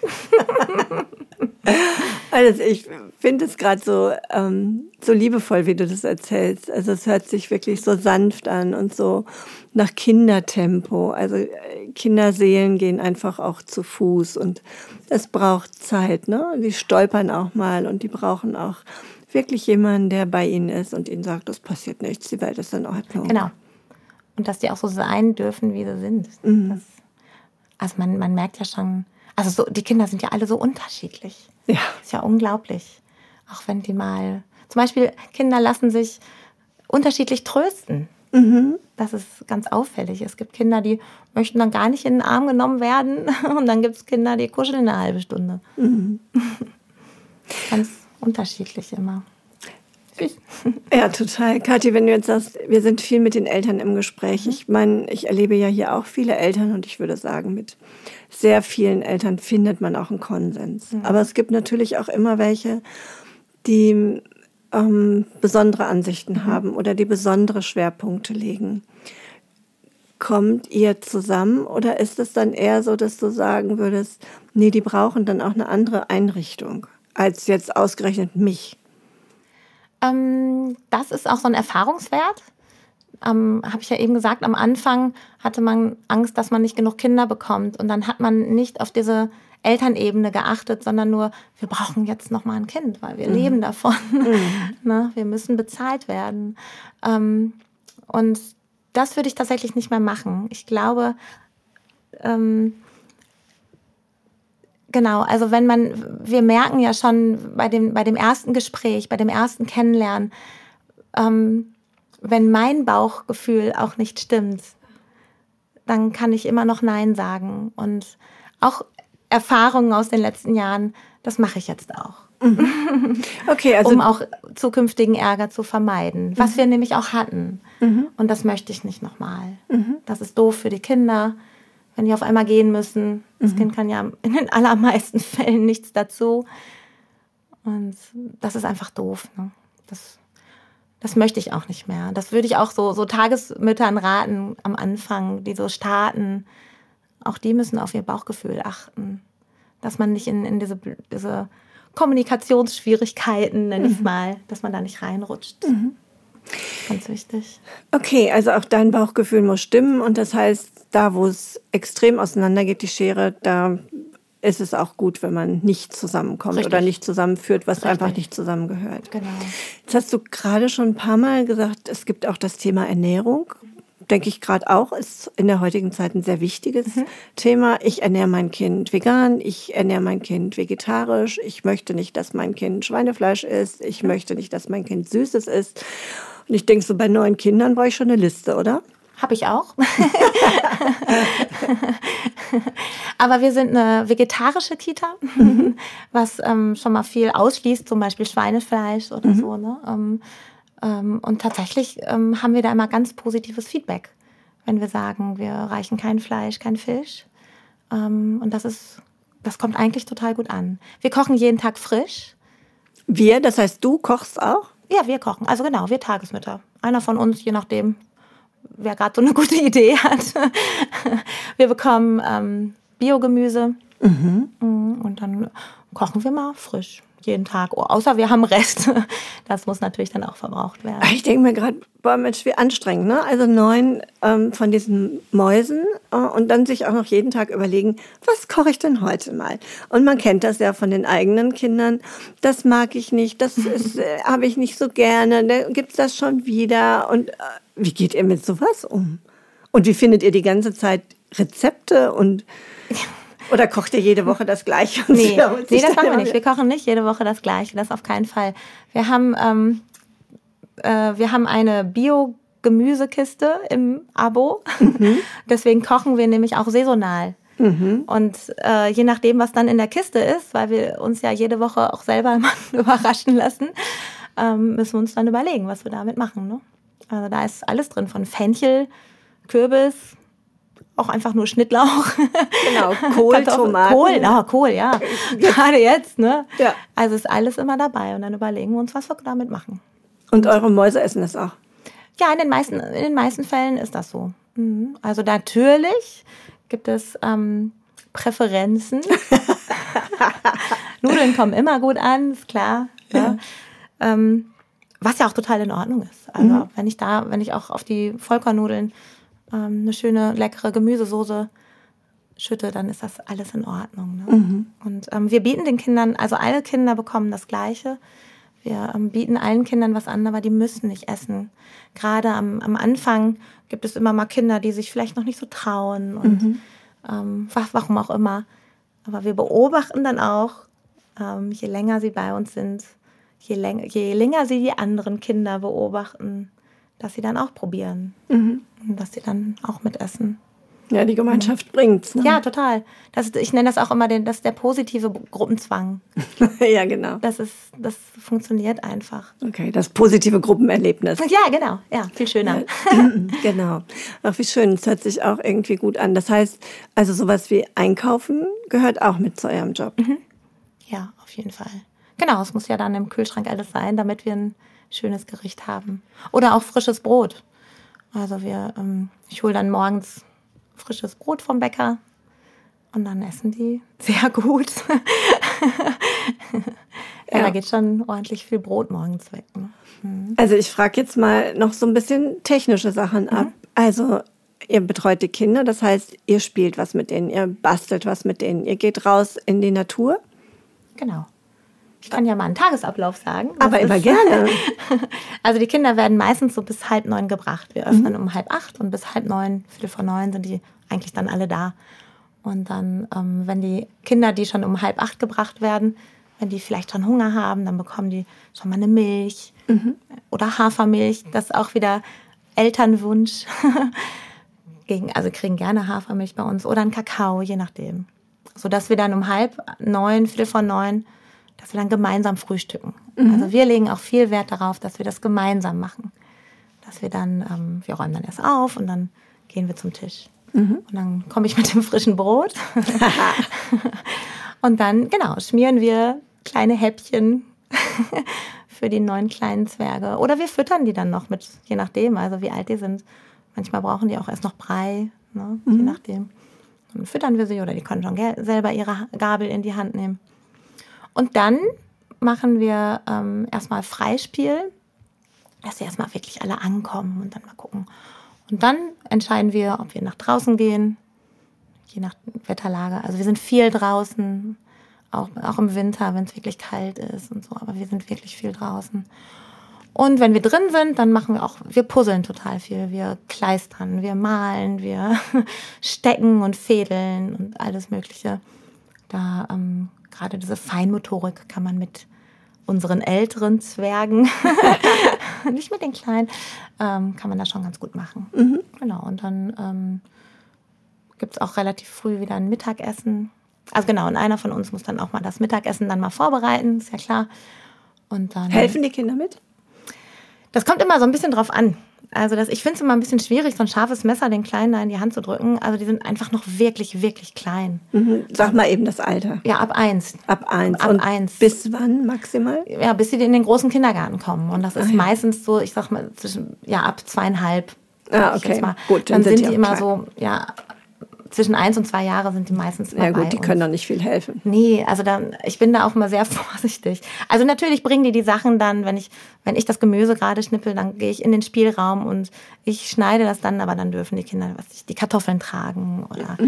Also ich finde es gerade so liebevoll, wie du das erzählst. Also es hört sich wirklich so sanft an und so nach Kindertempo. Also Kinderseelen gehen einfach auch zu Fuß und es braucht Zeit, ne? Die stolpern auch mal und die brauchen auch wirklich jemanden, der bei ihnen ist und ihnen sagt, das passiert nichts, die Welt ist in Ordnung. Genau. Und dass die auch so sein dürfen, wie sie sind. Also man merkt ja schon, also die Kinder sind ja alle so unterschiedlich. Ja. Ist ja unglaublich. Auch wenn die mal, zum Beispiel Kinder lassen sich unterschiedlich trösten. Das ist ganz auffällig. Es gibt Kinder, die möchten dann gar nicht in den Arm genommen werden. Und dann gibt es Kinder, die kuscheln eine halbe Stunde. Ganz unterschiedlich immer. Ja, total. Kathi, wenn du jetzt sagst, wir sind viel mit den Eltern im Gespräch. Ich meine, ich erlebe ja hier auch viele Eltern und ich würde sagen, mit sehr vielen Eltern findet man auch einen Konsens. Aber es gibt natürlich auch immer welche, die besondere Ansichten haben oder die besondere Schwerpunkte legen. Kommt ihr zusammen oder ist es dann eher so, dass du sagen würdest, nee, die brauchen dann auch eine andere Einrichtung als jetzt ausgerechnet mich? Das ist auch so ein Erfahrungswert. Habe ich ja eben gesagt, am Anfang hatte man Angst, dass man nicht genug Kinder bekommt. Und dann hat man nicht auf diese Elternebene geachtet, sondern nur, wir brauchen jetzt noch mal ein Kind, weil wir leben davon. Ne? Wir müssen bezahlt werden. Und das würde ich tatsächlich nicht mehr machen. Ich glaube, genau, also wir merken ja schon bei dem ersten Gespräch, bei dem ersten Kennenlernen, wenn mein Bauchgefühl auch nicht stimmt, dann kann ich immer noch Nein sagen. Und auch Erfahrungen aus den letzten Jahren, das mache ich jetzt auch. Okay, also um auch zukünftigen Ärger zu vermeiden, was wir nämlich auch hatten. Und das möchte ich nicht nochmal. Das ist doof für die Kinder, wenn die auf einmal gehen müssen. Das Kind kann ja in den allermeisten Fällen nichts dazu. Und das ist einfach doof. Ne? Das möchte ich auch nicht mehr. Das würde ich auch so Tagesmüttern raten am Anfang, die so starten. Auch die müssen auf ihr Bauchgefühl achten. Dass man nicht in diese Kommunikationsschwierigkeiten, nenne ich es mal, dass man da nicht reinrutscht. Ganz wichtig. Okay, also auch dein Bauchgefühl muss stimmen und das heißt, da wo es extrem auseinandergeht, die Schere, da ist es auch gut, wenn man nicht zusammenkommt oder nicht zusammenführt, was einfach nicht zusammengehört. Genau. Jetzt hast du gerade schon ein paar Mal gesagt, es gibt auch das Thema Ernährung. Denke ich gerade auch, ist in der heutigen Zeit ein sehr wichtiges Thema. Ich ernähre mein Kind vegan, ich ernähre mein Kind vegetarisch, ich möchte nicht, dass mein Kind Schweinefleisch isst, ich möchte nicht, dass mein Kind Süßes isst. Und ich denke, so bei 9 Kindern brauche ich schon eine Liste, oder? Habe ich auch. Aber wir sind eine vegetarische Kita, was schon mal viel ausschließt, zum Beispiel Schweinefleisch oder so. Ne? Und tatsächlich haben wir da immer ganz positives Feedback, wenn wir sagen, wir reichen kein Fleisch, kein Fisch. Und das kommt eigentlich total gut an. Wir kochen jeden Tag frisch. Wir, das heißt, du kochst auch? Ja, wir kochen. Also genau, wir Tagesmütter. Einer von uns, je nachdem, wer gerade so eine gute Idee hat. Wir bekommen Biogemüse und dann kochen wir mal frisch. Jeden Tag, außer wir haben Rest. Das muss natürlich dann auch verbraucht werden. Ich denke mir gerade, boah Mensch, wie anstrengend, ne? Also 9 von diesen Mäusen und dann sich auch noch jeden Tag überlegen, was koche ich denn heute mal? Und man kennt das ja von den eigenen Kindern. Das mag ich nicht, das habe ich nicht so gerne. Da gibt's das schon wieder. Und wie geht ihr mit sowas um? Und wie findet ihr die ganze Zeit Rezepte und oder kocht ihr jede Woche das Gleiche? Nee, das machen wir nicht. Wir kochen nicht jede Woche das Gleiche, das auf keinen Fall. Wir haben eine Bio-Gemüsekiste im Abo. Deswegen kochen wir nämlich auch saisonal. Und je nachdem, was dann in der Kiste ist, weil wir uns ja jede Woche auch selber mal überraschen lassen, müssen wir uns dann überlegen, was wir damit machen. Ne? Also da ist alles drin, von Fenchel, Kürbis, auch einfach nur Schnittlauch. Genau, Kohl, Tomaten. Kohl, ja. Gerade jetzt, ne? Ja. Also ist alles immer dabei und dann überlegen wir uns, was wir damit machen. Und eure Mäuse essen das auch? Ja, in den meisten Fällen ist das so. Also natürlich gibt es Präferenzen. Nudeln kommen immer gut an, ist klar. Ja. Was ja auch total in Ordnung ist. Also wenn ich auch auf die Vollkornnudeln eine schöne, leckere Gemüsesoße schütte, dann ist das alles in Ordnung. Ne? Und wir bieten den Kindern, also alle Kinder bekommen das Gleiche. Wir bieten allen Kindern was an, aber die müssen nicht essen. Gerade am Anfang gibt es immer mal Kinder, die sich vielleicht noch nicht so trauen und warum auch immer. Aber wir beobachten dann auch, je länger sie bei uns sind, je länger sie die anderen Kinder beobachten, dass sie dann auch probieren und dass sie dann auch mitessen. Ja, die Gemeinschaft bringt's. Ne? Ja, total. Ich nenne das auch immer das ist der positive Gruppenzwang. Ja, genau. Das funktioniert einfach. Okay, das positive Gruppenerlebnis. Ja, genau. Ja, viel schöner. Ja, genau. Ach, wie schön. Es hört sich auch irgendwie gut an. Das heißt, also sowas wie Einkaufen gehört auch mit zu eurem Job. Ja, auf jeden Fall. Genau, es muss ja dann im Kühlschrank alles sein, damit wir ein schönes Gericht haben. Oder auch frisches Brot. Also ich hole dann morgens frisches Brot vom Bäcker und dann essen die sehr gut. Ja, da geht schon ordentlich viel Brot morgens weg. Ne? Also ich frage jetzt mal noch so ein bisschen technische Sachen ab. Also ihr betreut die Kinder, das heißt, ihr spielt was mit denen, ihr bastelt was mit denen, ihr geht raus in die Natur. Genau. Ich kann ja mal einen Tagesablauf sagen. Aber immer gerne. Also die Kinder werden meistens so bis 8:30 gebracht. Wir öffnen um 7:30 und bis 8:30, 7:45 sind die eigentlich dann alle da. Und dann, wenn die Kinder, die schon um 7:30 gebracht werden, wenn die vielleicht schon Hunger haben, dann bekommen die schon mal eine Milch oder Hafermilch. Das ist auch wieder Elternwunsch. Also kriegen gerne Hafermilch bei uns oder einen Kakao, je nachdem. Sodass wir dann um 8:30, 7:45, dass wir dann gemeinsam frühstücken. Also wir legen auch viel Wert darauf, dass wir das gemeinsam machen. Dass wir dann, wir räumen dann erst auf und dann gehen wir zum Tisch. Und dann komme ich mit dem frischen Brot. Und dann, genau, schmieren wir kleine Häppchen für die 9 kleinen Zwerge. Oder wir füttern die dann noch mit, je nachdem, also wie alt die sind. Manchmal brauchen die auch erst noch Brei, ne, je nachdem. Dann füttern wir sie oder die können schon selber ihre Gabel in die Hand nehmen. Und dann machen wir erstmal Freispiel, dass sie erstmal wirklich alle ankommen und dann mal gucken. Und dann entscheiden wir, ob wir nach draußen gehen, je nach Wetterlage. Also wir sind viel draußen, auch im Winter, wenn es wirklich kalt ist und so. Aber wir sind wirklich viel draußen. Und wenn wir drin sind, dann wir puzzeln total viel. Wir kleistern, wir malen, wir stecken und fädeln und alles Mögliche. Da gerade diese Feinmotorik kann man mit unseren älteren Zwergen, nicht mit den kleinen, kann man das schon ganz gut machen. Genau, und dann gibt es auch relativ früh wieder ein Mittagessen. Also genau, und einer von uns muss dann auch mal das Mittagessen dann mal vorbereiten, ist ja klar. Und dann helfen die Kinder mit? Das kommt immer so ein bisschen drauf an. Also ich finde es immer ein bisschen schwierig, so ein scharfes Messer den Kleinen da in die Hand zu drücken. Also die sind einfach noch wirklich, wirklich klein. Sag mal eben das Alter. Ja, ab 1. Ab 1. Ab und 1. Bis wann maximal? Ja, bis sie in den großen Kindergarten kommen. Und das ist meistens so, ich sag mal, ab 2,5. Ah, okay. Gut, dann sind die immer klein. So, ja, zwischen 1 und 2 Jahre sind die meistens immer ja gut, die können doch nicht viel helfen. Nee, also ich bin da auch mal sehr vorsichtig. Also natürlich bringen die Sachen dann, wenn ich das Gemüse gerade schnippel, dann gehe ich in den Spielraum und ich schneide das dann, aber dann dürfen die Kinder, die Kartoffeln tragen oder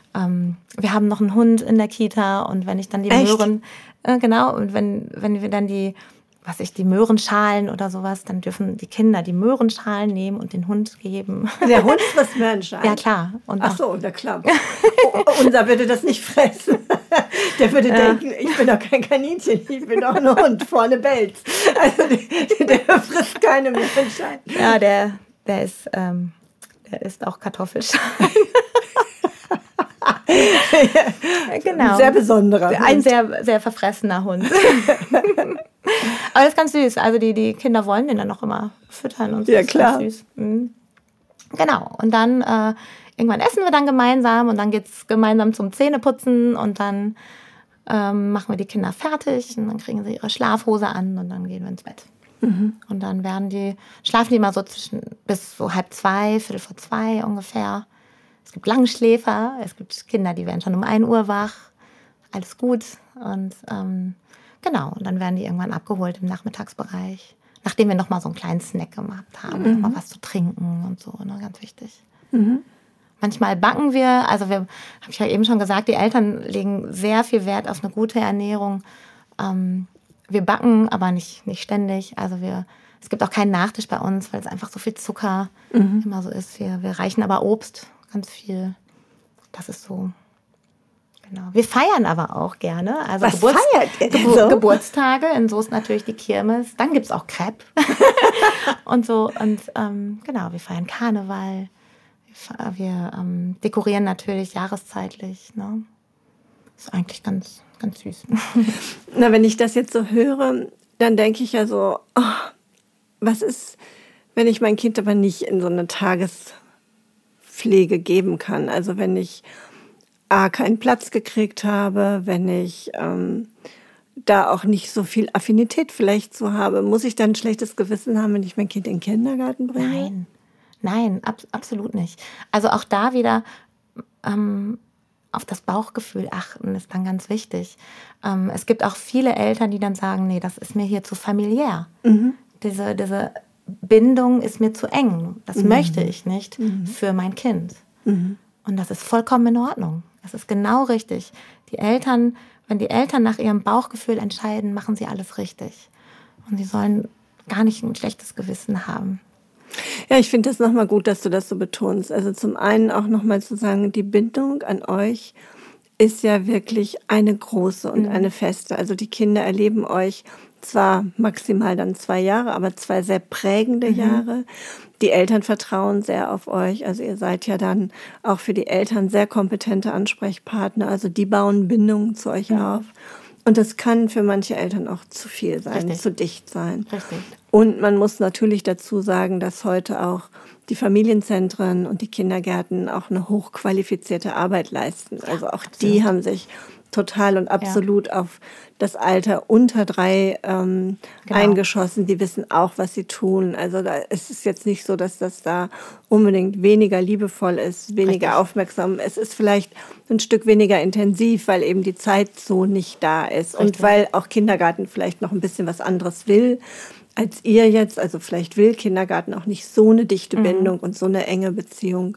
wir haben noch einen Hund in der Kita und wenn ich dann die Möhren, genau, und wenn wir dann die Möhrenschalen oder sowas, dann dürfen die Kinder die Möhrenschalen nehmen und den Hund geben. Der Hund frisst Möhrenschalen? Ja, klar. Und ach so, na klar. Unser würde das nicht fressen. Der würde denken, ich bin doch kein Kaninchen, ich bin doch ein Hund, vorne bellt's. Also der frisst keine Möhrenschalen. Ja, der isst auch Kartoffelschalen. Genau. Ein sehr besonderer Hund. Ein sehr, sehr verfressener Hund. Aber das ist ganz süß. Also die Kinder wollen den dann auch immer füttern und so. Ja, klar. Ganz süß. Genau. Und dann irgendwann essen wir dann gemeinsam und dann geht's gemeinsam zum Zähneputzen und dann machen wir die Kinder fertig und dann kriegen sie ihre Schlafhose an und dann gehen wir ins Bett. Und dann schlafen die immer so bis so 1:30, 1:45 ungefähr. Es gibt Langschläfer, es gibt Kinder, die werden schon um 1 Uhr wach. Alles gut. Und genau, und dann werden die irgendwann abgeholt im Nachmittagsbereich. Nachdem wir nochmal so einen kleinen Snack gemacht haben, nochmal was zu trinken und so, ne, ganz wichtig. Manchmal backen wir, also habe ich ja eben schon gesagt, die Eltern legen sehr viel Wert auf eine gute Ernährung. Wir backen, aber nicht ständig. Also es gibt auch keinen Nachtisch bei uns, weil es einfach so viel Zucker immer so ist. Wir reichen aber Obst, ganz viel. Das ist so. Genau. Wir feiern aber auch gerne. Also was feiert ihr so? Geburtstage, in Soest natürlich die Kirmes. Dann gibt es auch Crepe und so. Und genau, wir feiern Karneval. Wir wir dekorieren natürlich jahreszeitlich. Ne? Ist eigentlich ganz, ganz süß. Na, wenn ich das jetzt so höre, dann denke ich ja so, oh, was ist, wenn ich mein Kind aber nicht in so eine Tagespflege geben kann? Also wenn ich keinen Platz gekriegt habe, wenn ich da auch nicht so viel Affinität vielleicht zu habe, muss ich dann ein schlechtes Gewissen haben, wenn ich mein Kind in den Kindergarten bringe? Nein, absolut nicht. Also auch da wieder auf das Bauchgefühl achten ist dann ganz wichtig. Es gibt auch viele Eltern, die dann sagen, nee, das ist mir hier zu familiär. Diese Bindung ist mir zu eng. Das möchte ich nicht für mein Kind. Und das ist vollkommen in Ordnung. Das ist genau richtig. Wenn die Eltern nach ihrem Bauchgefühl entscheiden, machen sie alles richtig. Und sie sollen gar nicht ein schlechtes Gewissen haben. Ja, ich finde das nochmal gut, dass du das so betonst. Also zum einen auch nochmal zu sagen, die Bindung an euch ist ja wirklich eine große und eine feste. Also die Kinder erleben euch zwar maximal dann 2 Jahre, aber 2 sehr prägende Jahre. Die Eltern vertrauen sehr auf euch. Also ihr seid ja dann auch für die Eltern sehr kompetente Ansprechpartner. Also die bauen Bindungen zu euch auf. Und das kann für manche Eltern auch zu viel sein, Richtig. zu dicht sein. Richtig. Und man muss natürlich dazu sagen, dass heute auch die Familienzentren und die Kindergärten auch eine hochqualifizierte Arbeit leisten. Also auch die haben sich total und absolut auf das Alter unter 3 eingeschossen. Die wissen auch, was sie tun. Also da ist es jetzt nicht so, dass das da unbedingt weniger liebevoll ist, weniger aufmerksam. Es ist vielleicht ein Stück weniger intensiv, weil eben die Zeit so nicht da ist. Und weil auch Kindergarten vielleicht noch ein bisschen was anderes will als ihr jetzt. Also vielleicht will Kindergarten auch nicht so eine dichte Bindung und so eine enge Beziehung.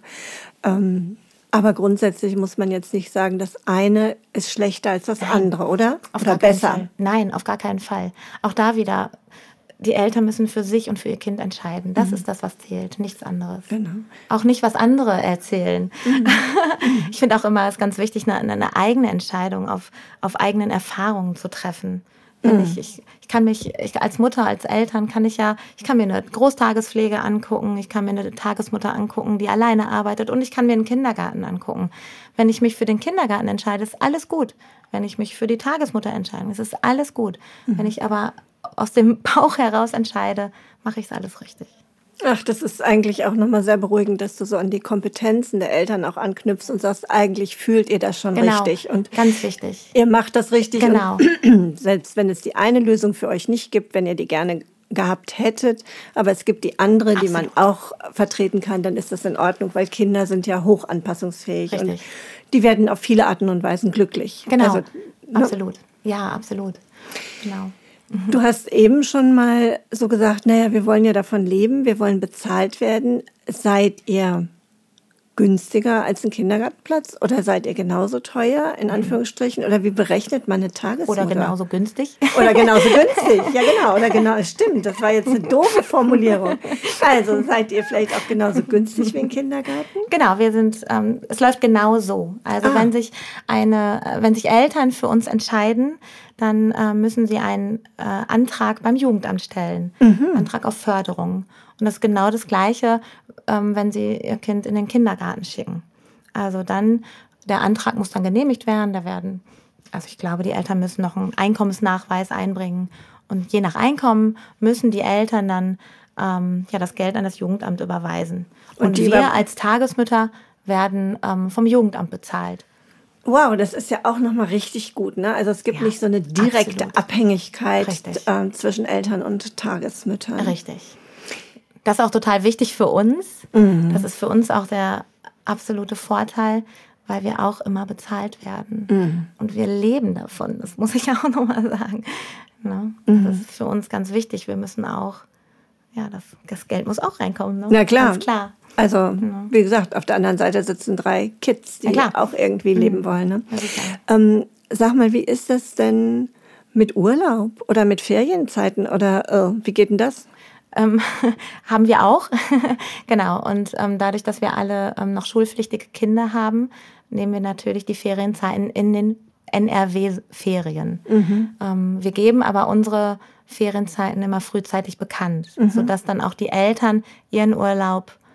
Aber grundsätzlich muss man jetzt nicht sagen, das eine ist schlechter als das andere, oder? Oder besser? Nein, auf gar keinen Fall. Auch da wieder, die Eltern müssen für sich und für ihr Kind entscheiden. Das ist das, was zählt, nichts anderes. Genau. Auch nicht, was andere erzählen. Ich finde auch immer, es ist ganz wichtig, eine eigene Entscheidung auf eigenen Erfahrungen zu treffen. Ich kann mich, als Mutter, als Eltern kann ich mir eine Großtagespflege angucken, ich kann mir eine Tagesmutter angucken, die alleine arbeitet, und ich kann mir einen Kindergarten angucken. Wenn ich mich für den Kindergarten entscheide, ist alles gut. Wenn ich mich für die Tagesmutter entscheide, ist es alles gut. Wenn ich aber aus dem Bauch heraus entscheide, mache ich es alles richtig. Ach, das ist eigentlich auch nochmal sehr beruhigend, dass du so an die Kompetenzen der Eltern auch anknüpfst und sagst, eigentlich fühlt ihr das schon richtig. Und ganz wichtig. Ihr macht das richtig. Genau. Und selbst wenn es die eine Lösung für euch nicht gibt, wenn ihr die gerne gehabt hättet, aber es gibt die andere, die man auch vertreten kann, dann ist das in Ordnung, weil Kinder sind ja hoch anpassungsfähig. Richtig. Und die werden auf viele Arten und Weisen glücklich. Genau, also, absolut. Ja, absolut. Genau. Du hast eben schon mal so gesagt, naja, wir wollen ja davon leben, wir wollen bezahlt werden. Seid ihr günstiger als ein Kindergartenplatz oder seid ihr genauso teuer, in Anführungsstrichen? Oder wie berechnet man eine Tagesmutter? Oder genauso günstig. Oder genauso günstig, ja genau. Oder genau, stimmt, das war jetzt eine doofe Formulierung. Also seid ihr vielleicht auch genauso günstig wie ein Kindergarten? Genau, es läuft genau so. Also wenn sich Eltern für uns entscheiden, dann müssen sie einen Antrag beim Jugendamt stellen, Antrag auf Förderung. Und das ist genau das Gleiche, wenn sie ihr Kind in den Kindergarten schicken. Also dann, der Antrag muss dann genehmigt werden. Also ich glaube, die Eltern müssen noch einen Einkommensnachweis einbringen. Und je nach Einkommen müssen die Eltern dann das Geld an das Jugendamt überweisen. Und wir als Tagesmütter werden vom Jugendamt bezahlt. Wow, das ist ja auch nochmal richtig gut, ne? Also es gibt nicht so eine direkte Abhängigkeit zwischen Eltern und Tagesmüttern. Richtig. Das ist auch total wichtig für uns. Das ist für uns auch der absolute Vorteil, weil wir auch immer bezahlt werden. Und wir leben davon, das muss ich auch nochmal sagen. Ne? Das ist für uns ganz wichtig. Wir müssen auch, das Geld muss auch reinkommen. Ne? Na klar. Ganz klar. Also, wie gesagt, auf der anderen Seite sitzen 3 Kids, die auch irgendwie leben wollen. Ne? Sag mal, wie ist das denn mit Urlaub oder mit Ferienzeiten? Oder wie geht denn das? Haben wir auch, genau. Und dadurch, dass wir alle noch schulpflichtige Kinder haben, nehmen wir natürlich die Ferienzeiten in den NRW-Ferien. Wir geben aber unsere Ferienzeiten immer frühzeitig bekannt, sodass dann auch die Eltern ihren Urlaub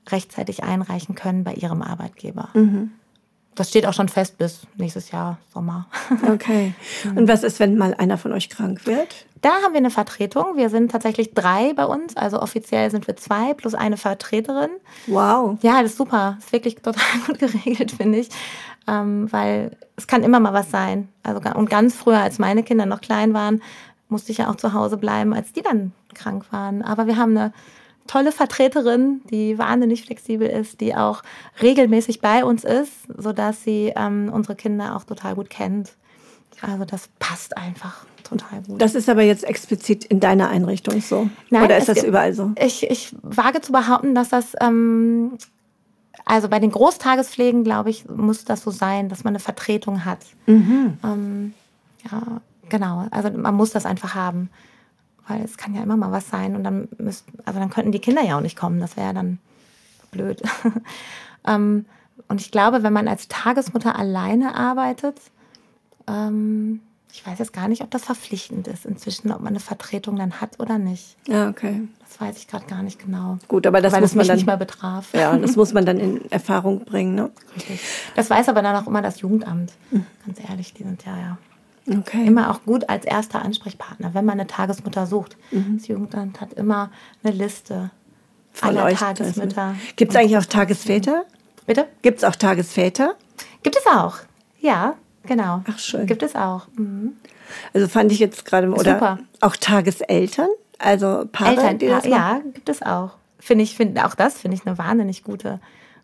rechtzeitig einreichen können bei ihrem Arbeitgeber. Das steht auch schon fest bis nächstes Jahr Sommer. Okay. Und was ist, wenn mal einer von euch krank wird? Da haben wir eine Vertretung. Wir sind tatsächlich 3 bei uns. Also offiziell sind wir 2 plus eine Vertreterin. Wow. Ja, das ist super. Das ist wirklich total gut geregelt, finde ich. Weil es kann immer mal was sein. Also, und ganz früher, als meine Kinder noch klein waren, musste ich ja auch zu Hause bleiben, als die dann krank waren. Aber wir haben eine tolle Vertreterin, die wahnsinnig flexibel ist, die auch regelmäßig bei uns ist, sodass sie unsere Kinder auch total gut kennt. Also das passt einfach total gut. Das ist aber jetzt explizit in deiner Einrichtung so? Nein, oder ist das überall so? Ich wage zu behaupten, dass das, also bei den Großtagespflegen, glaube ich, muss das so sein, dass man eine Vertretung hat. Ja, genau. Also man muss das einfach haben. Weil es kann ja immer mal was sein und dann dann könnten die Kinder ja auch nicht kommen. Das wäre ja dann blöd. Und ich glaube, wenn man als Tagesmutter alleine arbeitet, ich weiß jetzt gar nicht, ob das verpflichtend ist inzwischen, ob man eine Vertretung dann hat oder nicht. Ja, okay. Das weiß ich gerade gar nicht genau. Gut, aber das muss man mich dann nicht mehr betraf. Ja, das muss man dann in Erfahrung bringen, ne? Richtig. Das weiß aber dann auch immer das Jugendamt. Ganz ehrlich, die sind ja okay. immer auch gut als erster Ansprechpartner, wenn man eine Tagesmutter sucht. Das Jugendamt hat immer eine Liste von aller euch. Tagesmütter. Gibt es eigentlich auch Tagesväter? Bitte? Gibt es auch Tagesväter? Gibt es auch. Ja, genau. Ach, schön. Gibt es auch. Also fand ich jetzt gerade, oder super. Auch Tageseltern? Also Paare, die das machen? Ja, gibt es auch. Auch das finde ich eine wahnsinnig gute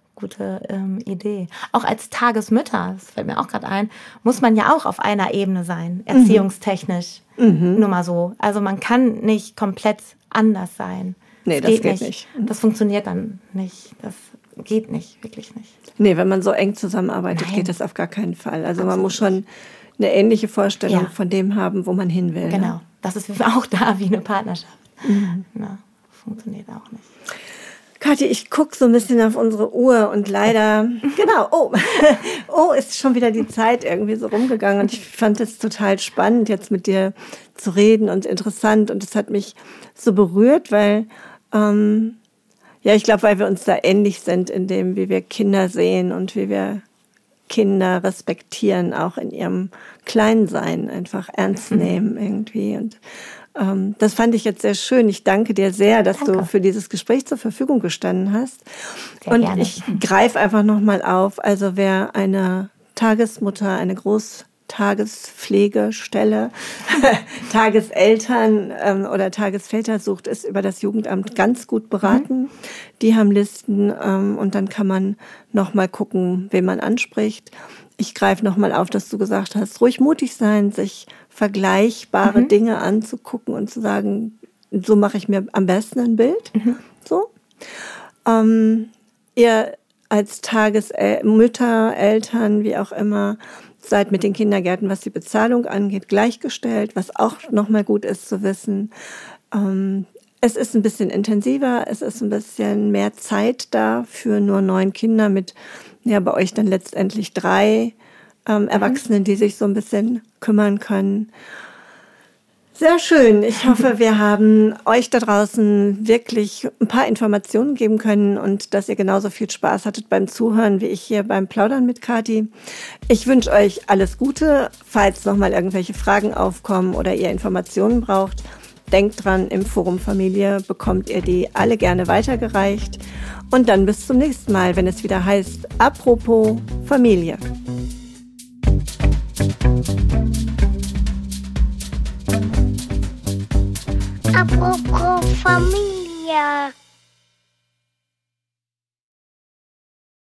Idee. Auch als Tagesmütter, das fällt mir auch gerade ein, muss man ja auch auf einer Ebene sein, erziehungstechnisch. Nur mal so. Also man kann nicht komplett anders sein. Nee, das geht nicht. Das funktioniert dann nicht. Das geht nicht, wirklich nicht. Nee, wenn man so eng zusammenarbeitet, geht das auf gar keinen Fall. Also man muss schon eine ähnliche Vorstellung von dem haben, wo man hin will. Genau. Ne? Das ist auch da wie eine Partnerschaft. Na, funktioniert auch nicht. Kathi, ich gucke so ein bisschen auf unsere Uhr und leider, genau, ist schon wieder die Zeit irgendwie so rumgegangen und ich fand es total spannend, jetzt mit dir zu reden und interessant und es hat mich so berührt, weil, ich glaube, weil wir uns da ähnlich sind in dem, wie wir Kinder sehen und wie wir Kinder respektieren, auch in ihrem Kleinsein einfach ernst nehmen irgendwie und das fand ich jetzt sehr schön. Ich danke dir sehr, dass du für dieses Gespräch zur Verfügung gestanden hast. Sehr und gerne. Ich greife einfach nochmal auf. Also wer eine Tagesmutter, eine Großtagespflegestelle, Tageseltern oder Tagesväter sucht, ist über das Jugendamt ganz gut beraten. Die haben Listen und dann kann man nochmal gucken, wen man anspricht. Ich greife nochmal auf, dass du gesagt hast, ruhig mutig sein, sich vergleichbare Dinge anzugucken und zu sagen, so mache ich mir am besten ein Bild. So. Ihr als Tagesmütter, Eltern, wie auch immer, seid mit den Kindergärten, was die Bezahlung angeht, gleichgestellt, was auch nochmal gut ist zu wissen. Es ist ein bisschen intensiver, es ist ein bisschen mehr Zeit da für nur 9 Kinder mit, bei euch dann letztendlich 3 Erwachsenen, die sich so ein bisschen kümmern können. Sehr schön. Ich hoffe, wir haben euch da draußen wirklich ein paar Informationen geben können und dass ihr genauso viel Spaß hattet beim Zuhören wie ich hier beim Plaudern mit Kathi. Ich wünsche euch alles Gute. Falls nochmal irgendwelche Fragen aufkommen oder ihr Informationen braucht, denkt dran, im Forum Familie bekommt ihr die alle gerne weitergereicht. Und dann bis zum nächsten Mal, wenn es wieder heißt, apropos Familie. Apropos Familie.